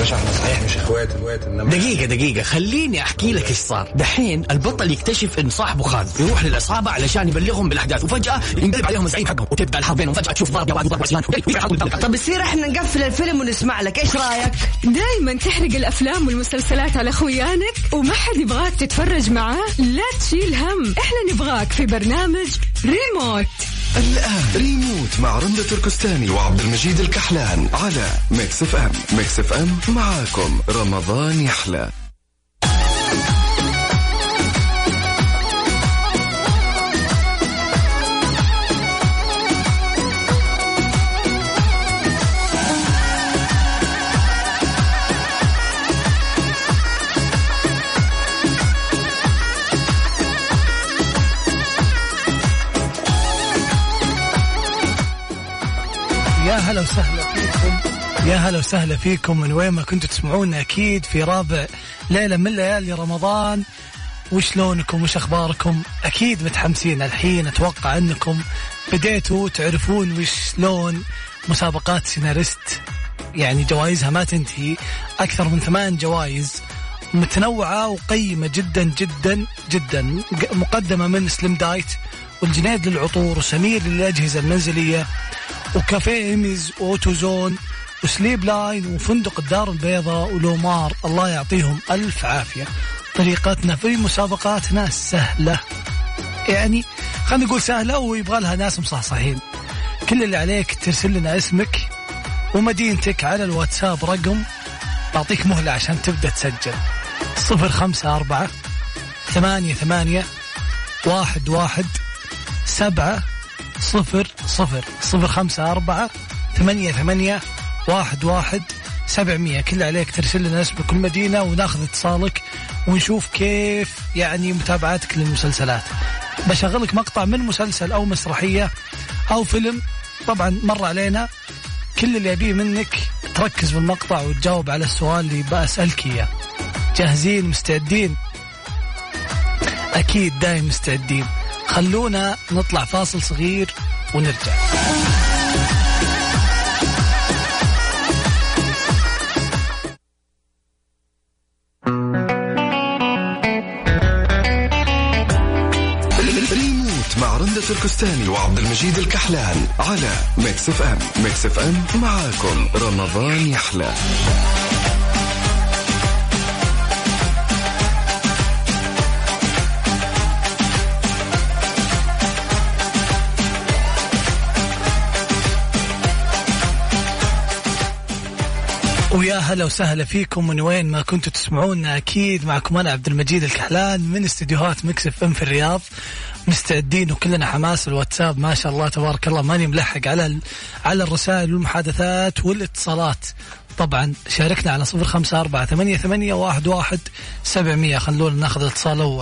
باشا احنا صحيح مش اخوات انما دقيقة خليني احكي لك ايش صار. دحين البطل يكتشف ان صاحبه خان، يروح للعصابة علشان يبلغهم بالاحداث، وفجأة ينقلب عليهم الزعيم حقهم وتبدا الحرب بينهم. فجأة تشوف ضرب يا واد وضرب عصيان. طب يصير احنا نقفل الفيلم ونسمع لك، ايش رايك؟ دايما تحرق الافلام والمسلسلات على خويانك وما حد يبغاك تتفرج معاه؟ لا تشيل هم، احنا نبغاك في برنامج ريموت. الآن ريموت مع رندة تركستاني وعبد المجيد الكحلان على ميكس اف ام. ميكس اف ام معاكم رمضان يحلى. يا هلا وسهلا فيكم من وين ما كنتوا تسمعونا. أكيد في رابع ليلة من ليالي رمضان. وشلونكم وش أخباركم؟ أكيد متحمسين الحين. أتوقع أنكم بديتوا تعرفون وشلون مسابقات سيناريست، يعني جوائزها ما تنتهي، أكثر من 8 جوائز متنوعة وقيمة جدا جدا جدا، مقدمة من سليم دايت والجنيد للعطور وسمير للأجهزة المنزلية وكافيه إيميز وأوتوزون وسليب لاين وفندق الدار البيضاء ولومار. الله يعطيهم ألف عافية. طريقتنا في مسابقاتنا سهلة، يعني خلينا نقول سهلة ويبغى لها ناس مصحصحين. كل اللي عليك ترسل لنا اسمك ومدينتك على الواتساب، رقم أعطيك مهلة عشان تبدأ تسجل 054 88 11 700 054 88 11 700. كل عليك ترسل لنا اسم كل مدينة وناخذ اتصالك ونشوف كيف يعني متابعتك للمسلسلات. بشغلك مقطع من مسلسل أو مسرحية أو فيلم، طبعا مر علينا. كل اللي أبيه منك تركز بالمقطع وتجاوب على السؤال اللي بأسألك إياه. جاهزين؟ مستعدين؟ أكيد دايم مستعدين. خلونا نطلع فاصل صغير ونرجع. ريموت مع رندة تركستاني وعبد المجيد الكحلان على ميكس اف ام. ميكس اف ام معاكم رمضان يحلى. ويا هلا وسهلا فيكم من وين ما كنتوا تسمعونا. أكيد معكم أنا عبد المجيد الكحلان من استديوهات ميكس اف ام في الرياض. مستعدين وكلنا حماس. الواتساب ما شاء الله تبارك الله ماني ملحق على الرسائل والمحادثات والاتصالات. طبعا شاركنا على 054 88 11 700. خلونا ناخذ اتصال أول.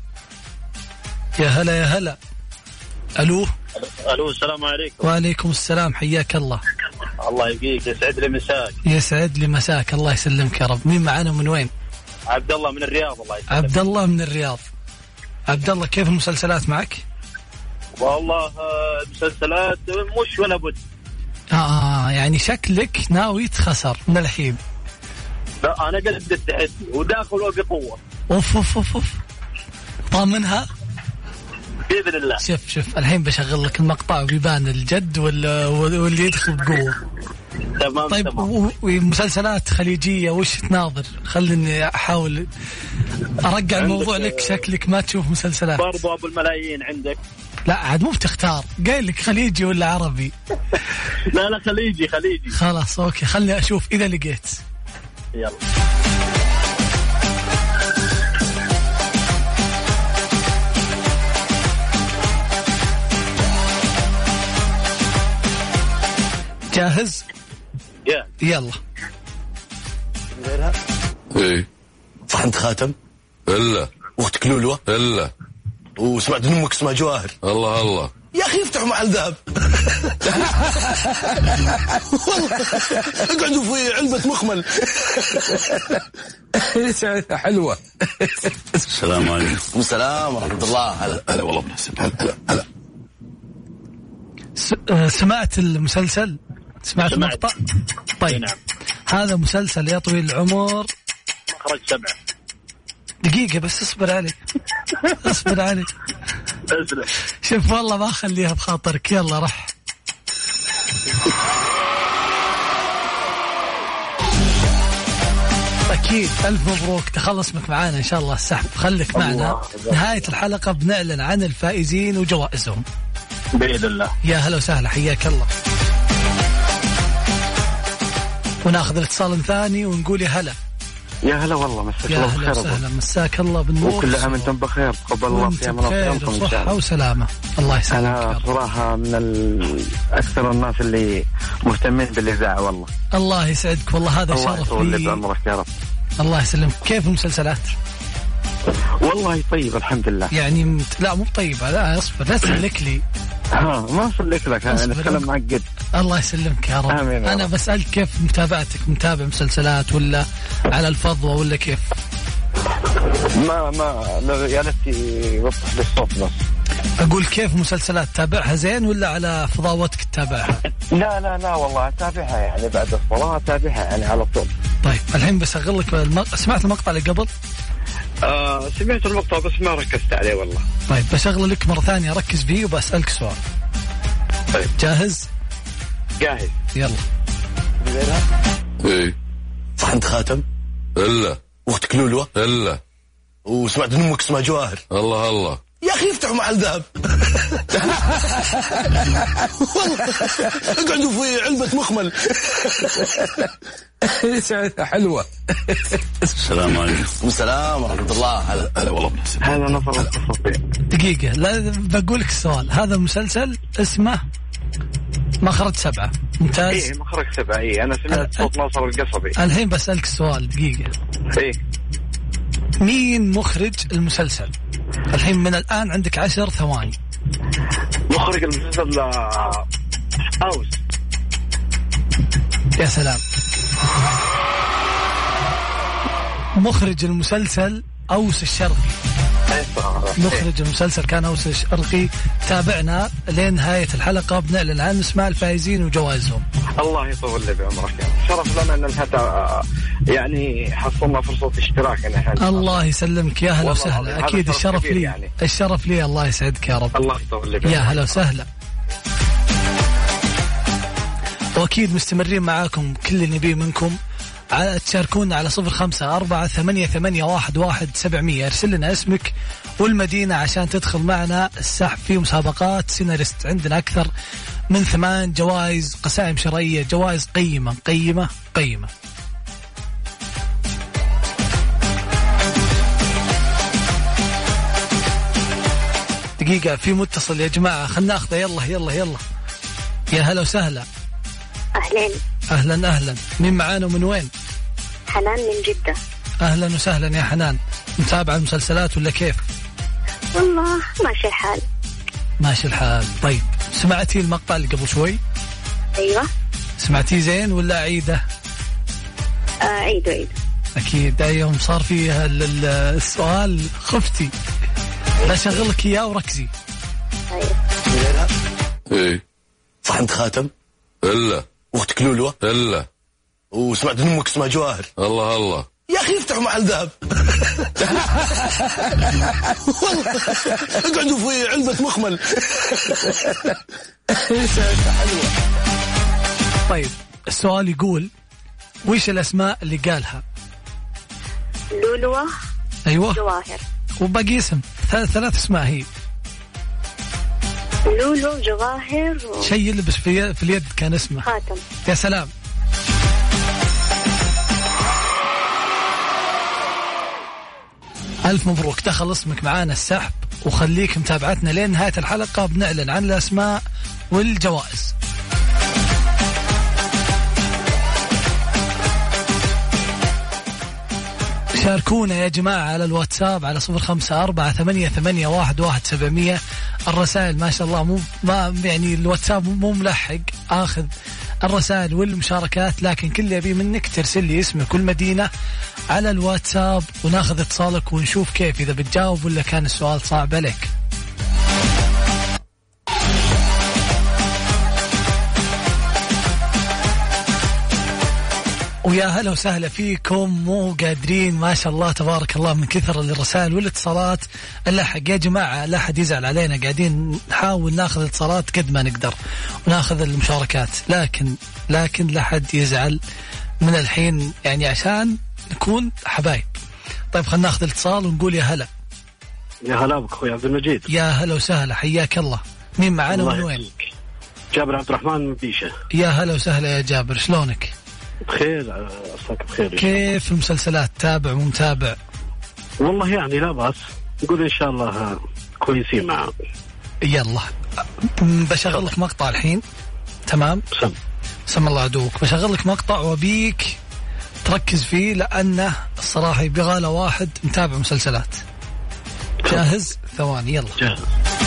يا هلا. ألو السلام عليكم. وعليكم السلام، حياك الله. الله يبقيك، يسعد لي مساك. يسعد لي مساك، الله يسلمك يا رب. مين معنا ومن وين؟ عبد الله من الرياض. الله يسلمك. عبد الله من الرياض. عبد الله كيف المسلسلات معك؟ والله المسلسلات مش ولا بد. يعني شكلك ناوي تخسر من الحين. لا أنا قد التحدي وداخل وبقوة. أوف طامنها بإذن الله. شوف الحين بشغل لك المقطع وبيبان الجد واللي يدخل بقوة. تمام. طيب ومسلسلات خليجية وش تناظر؟ خليني أحاول أرجع الموضوع لك. شكلك ما تشوف مسلسلات. برضو أبو الملايين عندك. لا عاد مو بتختار، قايل لك خليجي ولا عربي؟ لا خليجي. خلاص أوكي، خلني أشوف إذا لقيت. يلا. جاهز؟ يلا. غيرها؟ ايه. صحنت خاتم؟ الا. واختك لولوة؟ الا. وسمعت ان امك اسمها جواهر؟ الله. يا اخي افتحوا مع الذهب. والله اقعدوا في علبة مخمل. حلوة. السلام عليكم. السلام ورحمة الله. هلا والله. هلا. سمعت المسلسل؟ سمعت المقطع؟ طيب نعم. هذا مسلسل يا طويل العمر مخرج 7. دقيقة بس اصبر علي. اصبر علي. شوف والله ما أخليها بخاطرك. يلا رح. أكيد ألف مبروك تخلص منك معانا إن شاء الله السحب. خليك معنا نهاية الحلقة بنعلن عن الفائزين وجوائزهم بإذن الله. يا هلا وسهلا حياك الله. وناخذ الاتصال ثاني ونقول يا هلا. يا هلا والله مساك الله بخير. يا هلا وسهلا مساك الله بالنور. وكل عام وانتم بخير. تقبل الله في أمانكم وصحة وسلامة. الله يسلمك. أنا صراحة من أكثر الناس اللي مهتمين بالإذاعة والله. الله يسعدك والله هذا شرف لي. الله بعمرك يا رب. الله يسلمك. كيف المسلسلات؟ والله طيب الحمد لله. يعني لا مو طيبة. لا اصبر لا تسلك لي. ما أسلك لك أنا أتكلم معقد. الله يسلمك يا رب. آمين يا أنا رب. بسألك كيف متابعتك؟ متابع مسلسلات ولا على الفضوة ولا كيف؟ ما يا لفتي وضح بالصوت بس. أقول كيف مسلسلات تابعها زين ولا على فضاوتك تتابعها؟ لا والله أتابعها يعني بعد الصلاة أتابعها يعني على طول. طيب الحين بشغل لك سمعت المقطع اللي قبل؟ سمعت المقطع بس ما ركزت عليه والله. طيب بشغل لك مرة ثانية ركز فيه وبسألك سؤال. طيب جاهز؟ جاهز. يلا. ايه صحنت خاتم؟ الا. واختك لولوة؟ الا. وسمعت ان امك اسمها جواهر؟ الله يا اخي افتحوا محل ذهب. والله اقعدوا في علبة مخمل. حلوة. السلام عليكم. السلام ورحمة الله. هلا والله. هذا نفر الصوتي. دقيقة لا بقول لك السؤال. هذا مسلسل اسمه مخرج 7. ممتاز. ايه مخرج 7. ايه انا سمعت صوت ناصر القصبي. الحين بسألك السؤال دقيقة. ايه مين مخرج المسلسل؟ الحين من الآن عندك 10 ثواني. مخرج المسلسل أوس. يا سلام. مخرج المسلسل أوس الشرقي. مخرج المسلسل كان أوس الشرقي. تابعنا لين نهاية الحلقة بنعلن عن اسماء الفائزين وجوائزهم. الله يطول لي بعمرك. شرف لنا أن هذا يعني حصلنا فرصة اشتراك. الله يسلمك. يا هلا وسهلا. أكيد الشرف لي يعني. الشرف لي. الله يسعدك يا رب. الله يطول لي بعمرك. يا هلا وسهلا. وأكيد مستمرين معاكم. كل اللي نبيه منكم تشاركونا على 0548811700. ارسل لنا اسمك والمدينة عشان تدخل معنا السحب في مسابقات سيناريست. عندنا أكثر من 8 جوائز قسائم شرعية. جوائز قيمة. دقيقة في متصل يا جماعة خلنا ناخذه. يلا يا هلا وسهلا. أهلا. مين معانا ومن وين؟ حنان من جدة. أهلا وسهلا يا حنان. متابعة المسلسلات ولا كيف؟ والله ماشي الحال. طيب سمعتي المقطع اللي قبل شوي؟ أيوة. سمعتيه زين ولا عيده؟ عيده. أكيد يوم صار فيها السؤال خفتي. لا شغلك إياه وركزي. ايه صحنت خاتم؟ الا. واختك لولوة؟ الا. وسمعت ان امك اسمها جواهر؟ الله يا اخي افتحوا محل ذهب. والله اقعدوا في علبة مخمل. حلوة. طيب السؤال يقول وش الأسماء اللي قالها؟ لولوة. أيوة. جواهر. وباقي اسم 3 اسماء هي. لولو جواهر شيء يلبس في اليد كان اسمه خاتم. يا سلام. ألف مبروك دخل اسمك معانا السحب. وخليك متابعتنا لين نهاية الحلقة بنعلن عن الأسماء والجوائز. شاركونا يا جماعة على الواتساب على 0548811700. الرسائل ما شاء الله ما يعني الواتساب مو ملحق آخذ الرسائل والمشاركات، لكن كل يبي منك ترسل لي اسمك والمدينة على الواتساب وناخذ اتصالك ونشوف كيف إذا بتجاوب ولا كان السؤال صعب عليك. ويا هلا وسهلا فيكم. مو قادرين ما شاء الله تبارك الله من كثر الرسائل والاتصالات. اللحق يا جماعة، لا حد يزعل علينا، قاعدين نحاول ناخذ الاتصالات قد ما نقدر وناخذ المشاركات، لكن لا حد يزعل من الحين يعني عشان نكون حبايب. طيب خلنا ناخذ الاتصال ونقول يا هلا. يا هلا بك اخوي عبد المجيد. يا هلا وسهلا، حياك الله. مين معانا ومن وين؟ جابر عبد الرحمن من بيشة. يا هلا وسهلا يا جابر، شلونك؟ بخير، أصلك بخير. كيف المسلسلات، تابع مو متابع؟ والله يعني لا بأس، نقول إن شاء الله كويسين معه. يلا بشغل لك مقطع الحين، تمام؟ سم الله عدوك. بشغل لك مقطع وبيك تركز فيه لأنه الصراحة يبغى له واحد متابع مسلسلات. جاهز؟ ثواني يلا. جاهز.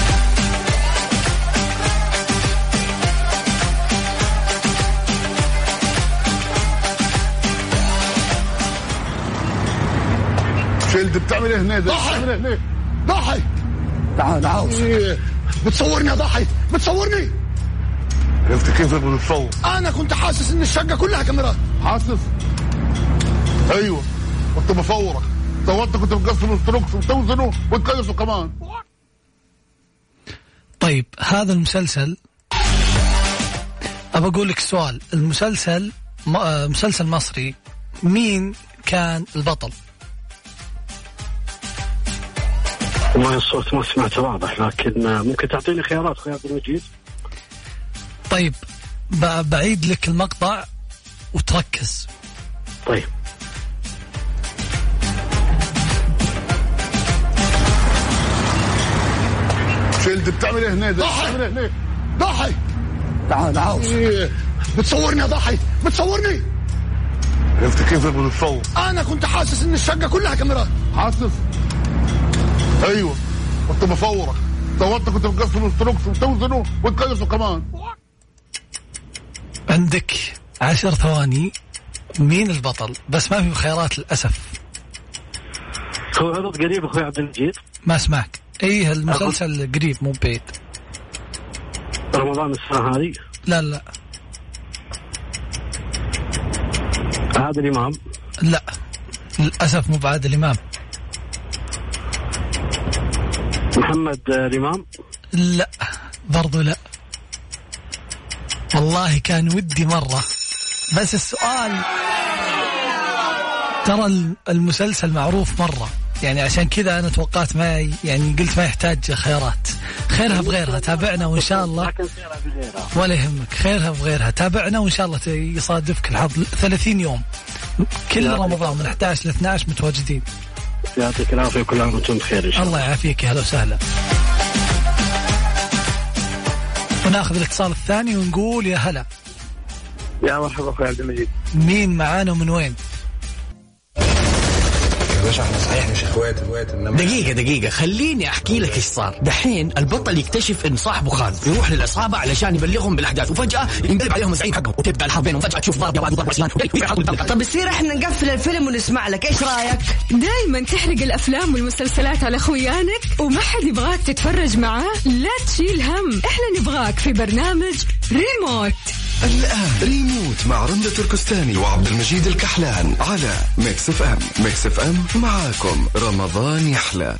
شيلد بتعمل هنا ضحي تعال عاوز بتصورني يا ضحي، بتصورني. عرفت كيف بتصور؟ انا كنت حاسس ان الشقه كلها كاميرات. حاسس؟ ايوه كنت بصورك، صورت كنت مقسم الستروكس وتوزنه وتقيسه كمان. طيب هذا المسلسل ابى اقول لك سؤال، المسلسل مسلسل مصري، مين كان البطل؟ والله الصوت ما سمعته واضح، لكن ممكن تعطيني خيارات اخوي عبد المجيد؟ طيب بعيد لك المقطع وتركز. طيب شيلد بتعمل هنا ضحي تعال عاوز بتصورني يا ضحي، بتصورني. عرفت كيف بتصور؟ انا كنت حاسس ان الشقه كلها كاميرات. حاسس؟ ايوه كنت بصورك، صورت كنت مقسم الستروكس وتوزنه وتقيسه كمان. عندك 10 ثواني. مين البطل؟ بس ما في خيارات للأسف. هو عرض قريب اخوي عبد المجيد؟ ما اسمعك. ايه المسلسل قريب مو بعيد. رمضان السنة هذه؟ لا عادل الإمام؟ لا للأسف مو بعادل الإمام. محمد الإمام؟ لا برضو لا. والله كان ودي مرة، بس السؤال ترى المسلسل معروف مرة، يعني عشان كذا أنا توقعت ما يعني قلت ما يحتاج خيارات. خيرها بغيرها، تابعنا وإن شاء الله. ولا يهمك، خيرها بغيرها، تابعنا وإن شاء الله يصادفك الحظ. 30 يوم كل رمضان من 11 ل 12 متواجدين. يعطيك العافية وكل عام وانتم بخير إن شاء الله. الله يعافيك. هلا وسهلا. وناخذ الاتصال الثاني ونقول يا هلا. يا مرحبا أخوي عبد المجيد. مين معانا ومن وين؟ احنا صحيح مش اخوات. دقيقة خليني احكي لك ايش صار. دحين البطل يكتشف ان صاحبه خان، يروح للعصابة علشان يبلغهم بالاحداث، وفجأة ينقلب عليهم الزعيم حقهم وتبدا الحرب بينهم. فجأة تشوف ضرب جواد وضرب عصيان. طب يصير احنا نقفل الفيلم ونسمع لك، ايش رايك؟ دايما تحرق الافلام والمسلسلات على خويانك وما حد يبغاك تتفرج معاه؟ لا تشيل هم، احنا نبغاك في برنامج ريموت. الآن ريموت مع رندة تركستاني وعبد المجيد الكحلان على ميكس اف ام. ميكس اف ام معاكم رمضان يحلى.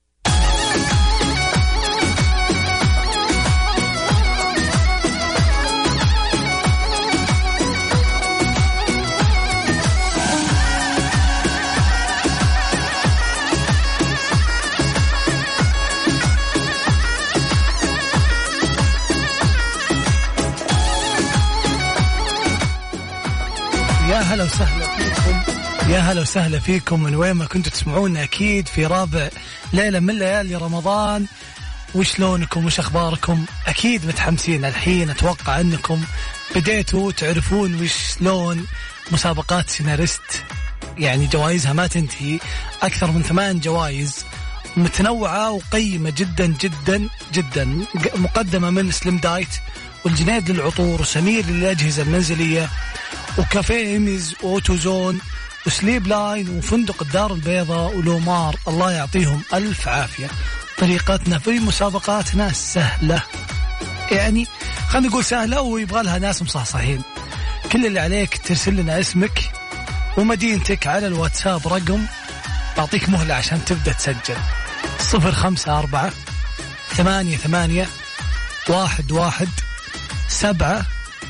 يا هلا وسهلا فيكم من وين ما كنتوا تسمعونا، أكيد في رابع ليلة من ليالي رمضان. وشلونكم وش أخباركم؟ أكيد متحمسين الحين. أتوقع أنكم بديتوا تعرفون وشلون مسابقات سيناريست، يعني جوائزها ما تنتهي، أكثر من 8 جوائز متنوعة وقيمة جدا جدا جدا، مقدمة من سليم دايت والجنيد للعطور وسمير للأجهزة المنزلية وكافيه إيميز وأوتوزون وسليب لاين وفندق الدار البيضاء ولومار. الله يعطيهم ألف عافية. طريقتنا في مسابقاتنا سهلة، يعني خلينا نقول سهلة ويبغى لها ناس مصحصحين. كل اللي عليك ترسل لنا اسمك ومدينتك على الواتساب رقم، بعطيك مهلة عشان تبدأ تسجل. 054 88 11 700.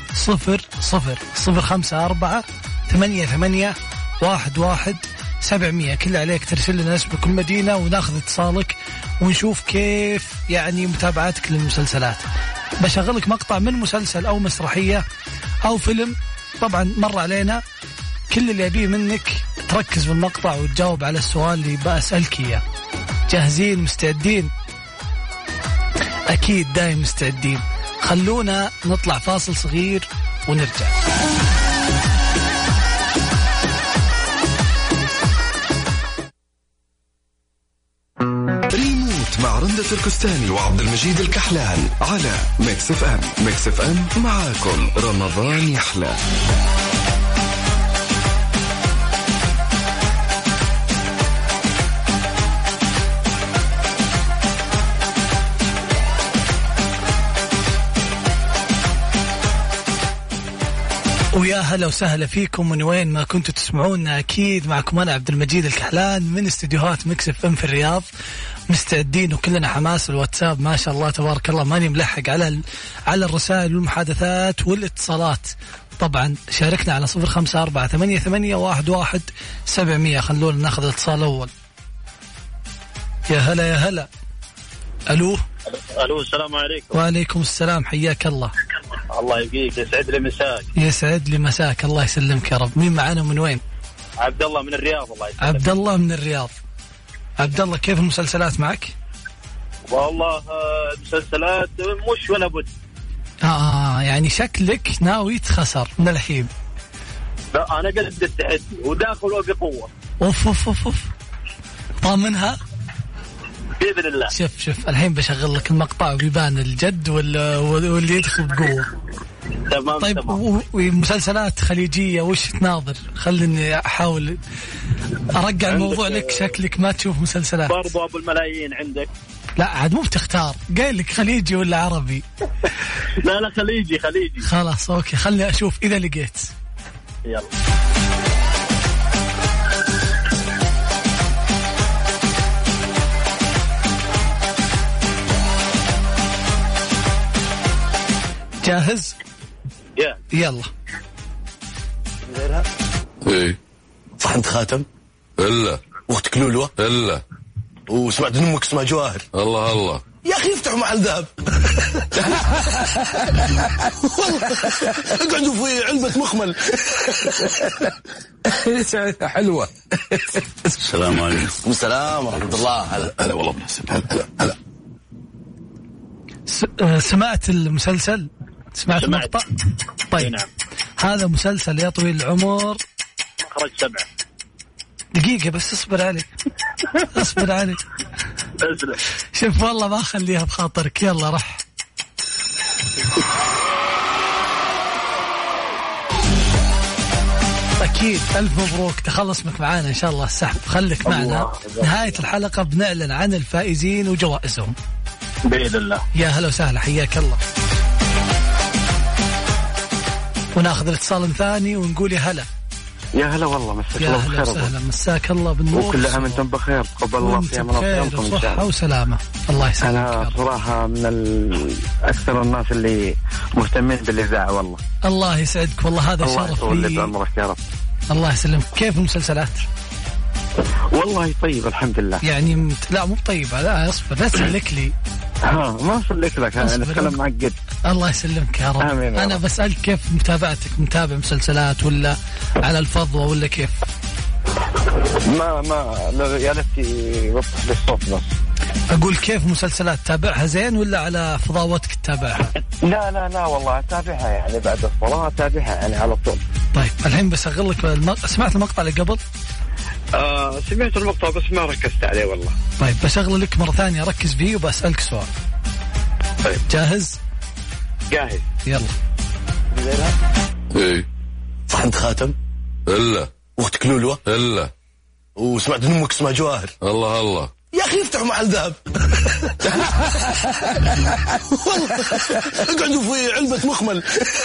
054 88 11 700. كل عليك ترسل لنا اسم كل مدينة وناخذ اتصالك ونشوف كيف يعني متابعتك للمسلسلات. بشغلك مقطع من مسلسل أو مسرحية أو فيلم طبعا مر علينا، كل اللي يبيه منك تركز بالمقطع وتجاوب على السؤال اللي بأسألك إياه. جاهزين مستعدين؟ أكيد دايم مستعدين. خلونا نطلع فاصل صغير ونرجع. ريموت مع رندة تركستاني وعبد المجيد الكحلان على ميكس اف ام. ميكس اف ام معاكم رمضان يحلى. ويا هلا وسهلا فيكم من وين ما كنتوا تسمعونا. أكيد معكم أنا عبد المجيد الكحلان من استديوهات ميكس اف ام في الرياض. مستعدين وكلنا حماس. الواتساب ما شاء الله تبارك الله ماني ملحق على الرسائل والمحادثات والاتصالات. طبعا شاركنا على 054 88 11 700. خلونا ناخذ اتصال أول. يا هلا يا هلا. ألو السلام عليكم. وعليكم السلام، حياك الله. الله يبقيك، يسعد لي مساك. يسعد لي مساك، الله يسلمك يا رب. مين معنا من وين؟ عبد الله من الرياض. الله يسلمك. عبد الله من الرياض. عبد الله كيف المسلسلات معك؟ والله المسلسلات مش ولا بد. يعني شكلك ناوي تخسر من الحين. لا انا قد التحدي وداخل وبقوه. اوف طامنها بإذن الله. شوف الحين بشغل لك المقطع وبيبان الجد واللي يدخل بقوة. تمام. طيب ومسلسلات خليجية وش تناظر؟ خليني أحاول أرجع الموضوع لك. شكلك ما تشوف مسلسلات. برضو أبو الملايين عندك. لا عاد مو بتختار، قايل لك خليجي ولا عربي؟ لا خليجي. خلاص أوكي، خلني أشوف إذا لقيت. يلا. جاهز؟ يلا. ايه صحنت خاتم؟ الا. واختك لولوة؟ الا. وسمعت ان امك اسمها جواهر؟ الله يا اخي افتحوا محل ذهب. اقعدوا في علبة مخمل. حلوة. السلام عليكم. السلام ورحمة الله. هلا والله بنسب. هلا. سمعت المسلسل؟ سمعت المقطع؟ طيب نعم. هذا مسلسل يا طويل العمر مخرج 7. دقيقة بس اصبر علي. شوف والله ما أخليها بخاطرك. يلا رح. أكيد ألف مبروك، تخلص معنا إن شاء الله السحب. خليك معنا نهاية الحلقة بنعلن عن الفائزين وجوائزهم بإذن الله. يا هلا وسهلا، حياك الله. وناخذ الاتصال ثاني ونقول يا هلا. يا هلا والله، مساك الله بخير. يا هلا وسهلا، مساك الله بالنور. وكل عام وانتم بخير. تقبل الله فيها من صيامكم ان شاء الله. وسلامة. الله يسلمك. انا صراحة من اكثر الناس اللي مهتمين بالاذاعة والله. الله يسعدك والله، هذا الله شرف لي. بعمرك يا رب. الله يسلمك. كيف المسلسلات؟ والله طيب الحمد لله. يعني لا مو طيبة، لا اصبر لا تسلك لي. ما أسلك لك، أنا أتكلم معقد. الله يسلمك يا رب. آمين. أنا بسألك كيف متابعتك؟ متابع مسلسلات ولا على الفضوة ولا كيف؟ ما يا لفتي وقف للصوت بس. أقول كيف مسلسلات تابعها زين ولا على فضاوتك تتابعها؟ لا والله أتابعها يعني بعد الصلاة أتابعها يعني على طول. طيب الحين بشغل لك سمعت المقطع اللي قبل؟ سمعت المقطع بس ما ركزت عليه والله. طيب بشغل لك مرة ثانية ركز فيه وبسألك سؤال. طيب جاهز؟ جاهز. يلا. ايه صحنت خاتم؟ الا. واختك لولوة؟ الا. وسمعت ان امك اسمها جواهر؟ الله يا أخي افتحوا محل ذهب. والله اقعدوا في علبة مخمل.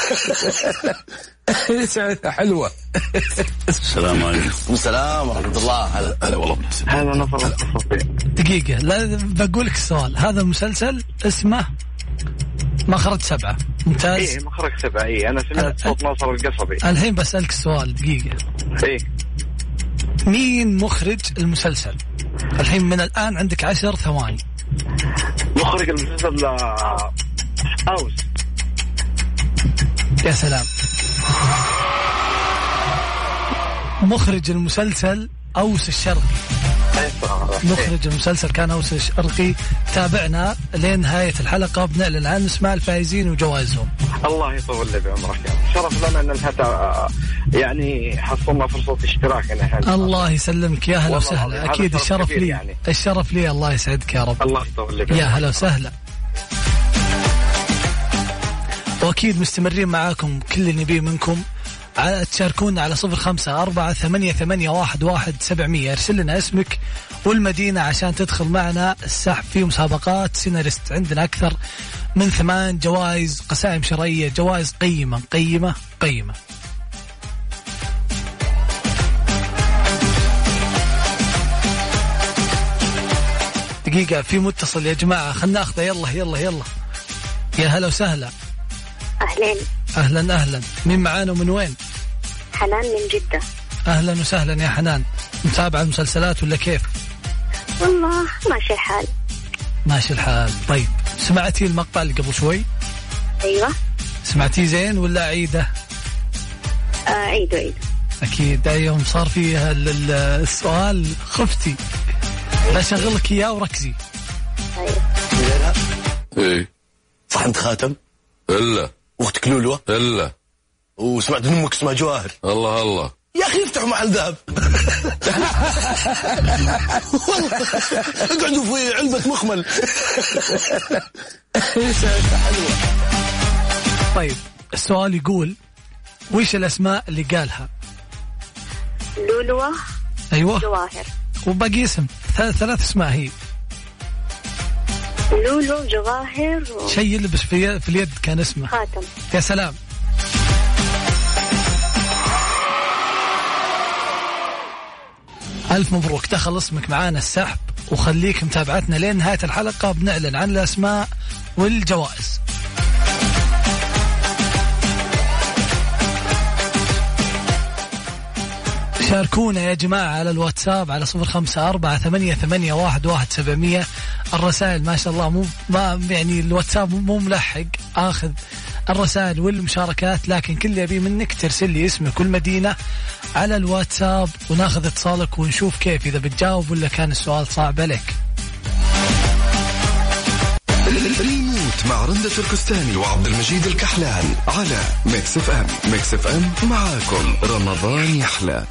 حلوة. السلام عليكم. السلام ورحمة الله. هلا والله. هذا نفر دقيقة، لا بقول لك السؤال. هذا مسلسل اسمه مخرج 7. ممتاز. إيه مخرج 7. إيه أنا سمعت صوت ناصر القصبي. الحين بسألك السؤال. دقيقة. إيه مين مخرج المسلسل؟ الحين من الآن عندك 10 ثواني. مخرج المسلسل أوس. يا سلام. مخرج المسلسل أوس الشرقي. مخرج المسلسل كان أوس الشرقي. تابعنا لين نهاية الحلقة، بنعلن عن اسماء الفائزين وجوائزهم. الله يطول لي بعمرك. شرف لنا أن الفتى يعني حصلنا فرصة اشتراك. الله يسلمك. يا هلا وسهلا. أكيد الشرف لي يعني. الشرف لي. الله يسعدك يا رب. الله يطول لي. يا هلا وسهلا. وأكيد مستمرين معاكم. كل اللي نبيه منكم تشاركونا على 0548811700. ارسل لنا اسمك والمدينة عشان تدخل معنا السحب في مسابقات سيناريست. عندنا أكثر من 8 جوائز، قسائم شرعية، جوائز قيمة قيمة قيمة. دقيقة، في متصل يا جماعة، خلنا ناخذه. يلا يلا يلا. يا هلا وسهلا. أهلين. أهلا أهلا. مين معانا ومن وين؟ حنان من جدة. أهلا وسهلا يا حنان. متابعة المسلسلات ولا كيف؟ والله ماشي الحال. ماشي الحال. طيب سمعتي المقطع اللي قبل شوي؟ أيوة. سمعتيه زين ولا عيده؟ عيده. أكيد. يوم صار فيها السؤال خفتي. لا شغلك إياه وركزي. أيوة. إيه صحنت خاتم؟ إلا. أختك لولوة؟ إلا. وسمعت إن أمك اسمها جواهر؟ الله الله. يا أخي افتحوا محل ذهب. والله اقعدوا في علبة مخمل. طيب السؤال يقول وش الأسماء اللي قالها؟ لولوة. أيوة. جواهر. وباقي اسم. 3 اسماء هي. لولو جواهر شيء يلبس في اليد كان اسمه خاتم. يا سلام. ألف مبروك، دخل اسمك معانا السحب، وخليك متابعتنا لين نهاية الحلقة، بنعلن عن الأسماء والجوائز. شاركونا يا جماعة على الواتساب على 0548811700. الرسائل ما شاء الله ما يعني الواتساب مو ملحق آخذ الرسائل والمشاركات، لكن كل يبي منك ترسل لي اسمك والمدينة على الواتساب وناخذ اتصالك ونشوف كيف إذا بتجاوب ولا كان السؤال صعب عليك. ريموت مع رندة تركستاني وعبد المجيد الكحلان على ميكس اف ام. ميكس اف ام معاكم رمضان يحلى.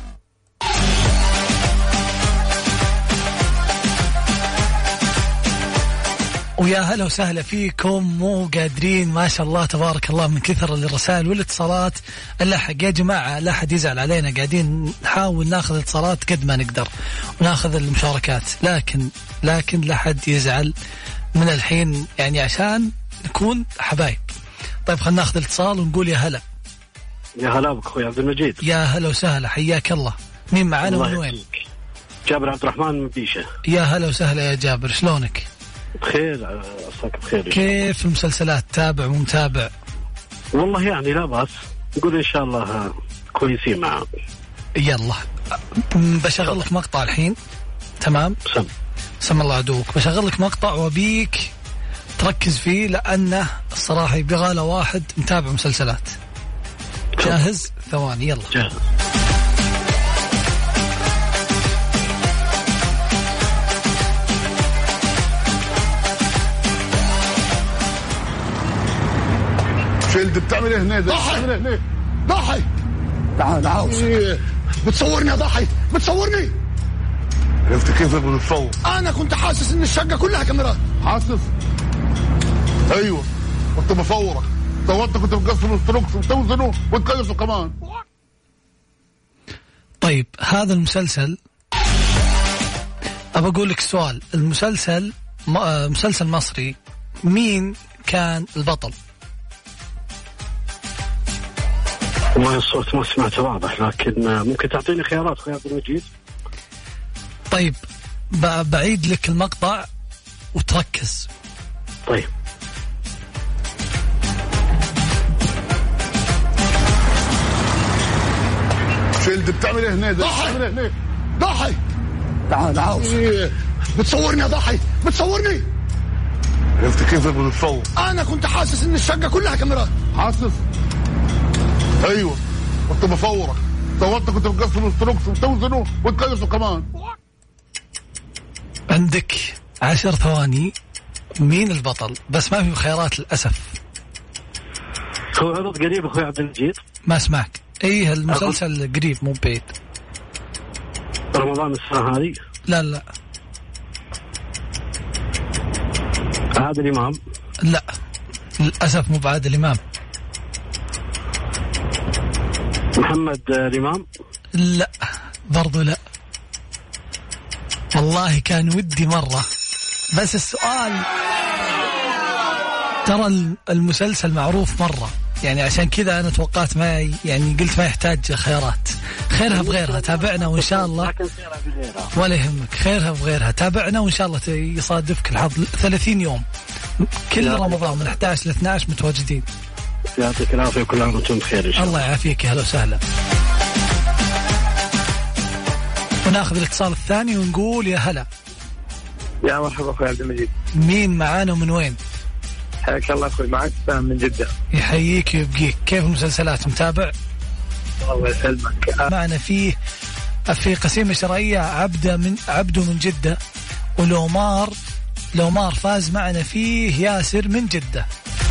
ويا هلا وسهلا فيكم. مو قادرين ما شاء الله تبارك الله من كثر الرسائل والاتصالات اللحق يا جماعة، لا حد يزعل علينا، قاعدين نحاول ناخذ اتصالات قد ما نقدر وناخذ المشاركات، لكن لا حد يزعل من الحين يعني عشان نكون حبايب. طيب خلنا ناخذ الاتصال ونقول يا هلا. يا هلا بك اخوي عبد المجيد. يا هلا وسهلا، حياك الله. مين معانا ومن وين؟ جابر عبد الرحمن من بيشة. يا هلا وسهلا يا جابر، شلونك؟ بخير، عساك بخير. كيف المسلسلات؟ تابع مو متابع؟ والله يعني لا بأس، نقول إن شاء الله كويسين معه. يلا بشغل لك مقطع الحين. تمام؟ سم الله عدوك. بشغل لك مقطع وبيك تركز فيه لأنه الصراحة يبغى له واحد متابع مسلسلات. جاهز؟ ثواني يلا. جاهز. شو اللي بتعمل هنا؟ ضحي ضحي، تعال عاوز. بتصورني يا ضحي؟ بتصورني؟ عرفت كيف بتصور؟ انا كنت حاسس ان الشقه كلها كاميرات. حاسس؟ ايوه كنت بصورك. صورت كنت مقسم الستروكس وتوزنه وتكيسه كمان. طيب هذا المسلسل أبى أقول لك سؤال. المسلسل مسلسل مصري، مين كان البطل؟ والله الصوت ما سمعته واضح، لكن ممكن تعطيني خيارات أخوي عبد المجيد؟ طيب بعيد لك المقطع وتركز. طيب. شيلد بتعمل ايه هنا؟ ضحي ضحي تعال عاوز بتصورني يا ضحي، بتصورني. عرفت كيف بتصور؟ انا كنت حاسس ان الشقه كلها كاميرات. حاسس؟ ايوه كنت بصورك، صورتك كنت بقسم الستروكس وتوزنه وتقيسه كمان. عندك 10 ثواني. مين البطل؟ بس ما في خيارات للأسف. هو عرض قريب أخوي عبد المجيد. ما اسمعك. ايه المسلسل قريب مو بعيد. رمضان السنة هذه؟ لا. عادل إمام؟ لا للأسف مو بعادل إمام. محمد الإمام؟ لا برضو لا. والله كان ودي مرة، بس السؤال ترى المسلسل معروف مرة، يعني عشان كذا أنا توقعت ما يعني قلت ما يحتاج خيارات. خيرها بغيرها، تابعنا وإن شاء الله. ولا يهمك، خيرها بغيرها، تابعنا وإن شاء الله يصادفك الحظ. 30 يوم كل رمضان من 11 ل 12 متواجدين. يعطيك العافية وكل عام وانتم بخير إن شاء الله. الله يعافيك. هلا وسهلا. وناخذ الاتصال الثاني ونقول يا هلا. يا مرحبا أخوي عبد المجيد. مين معانا ومن وين؟ حياك الله أخوي، معك سام من جدة. يحييك ويبقيك. كيف المسلسلات متابع؟ الله يسلمك. معنا فيه في قسيمة شرعية عبده من جدة، ولومار فاز معنا فيه ياسر من جدة.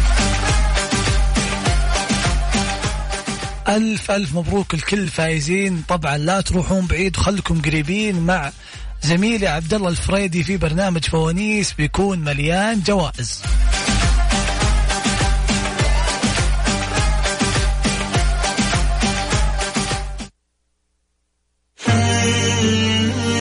ألف مبروك الكل فايزين. طبعا لا تروحون بعيد وخلكم قريبين مع زميلي عبد الله الفريدي في برنامج فوانيس، بيكون مليان جوائز.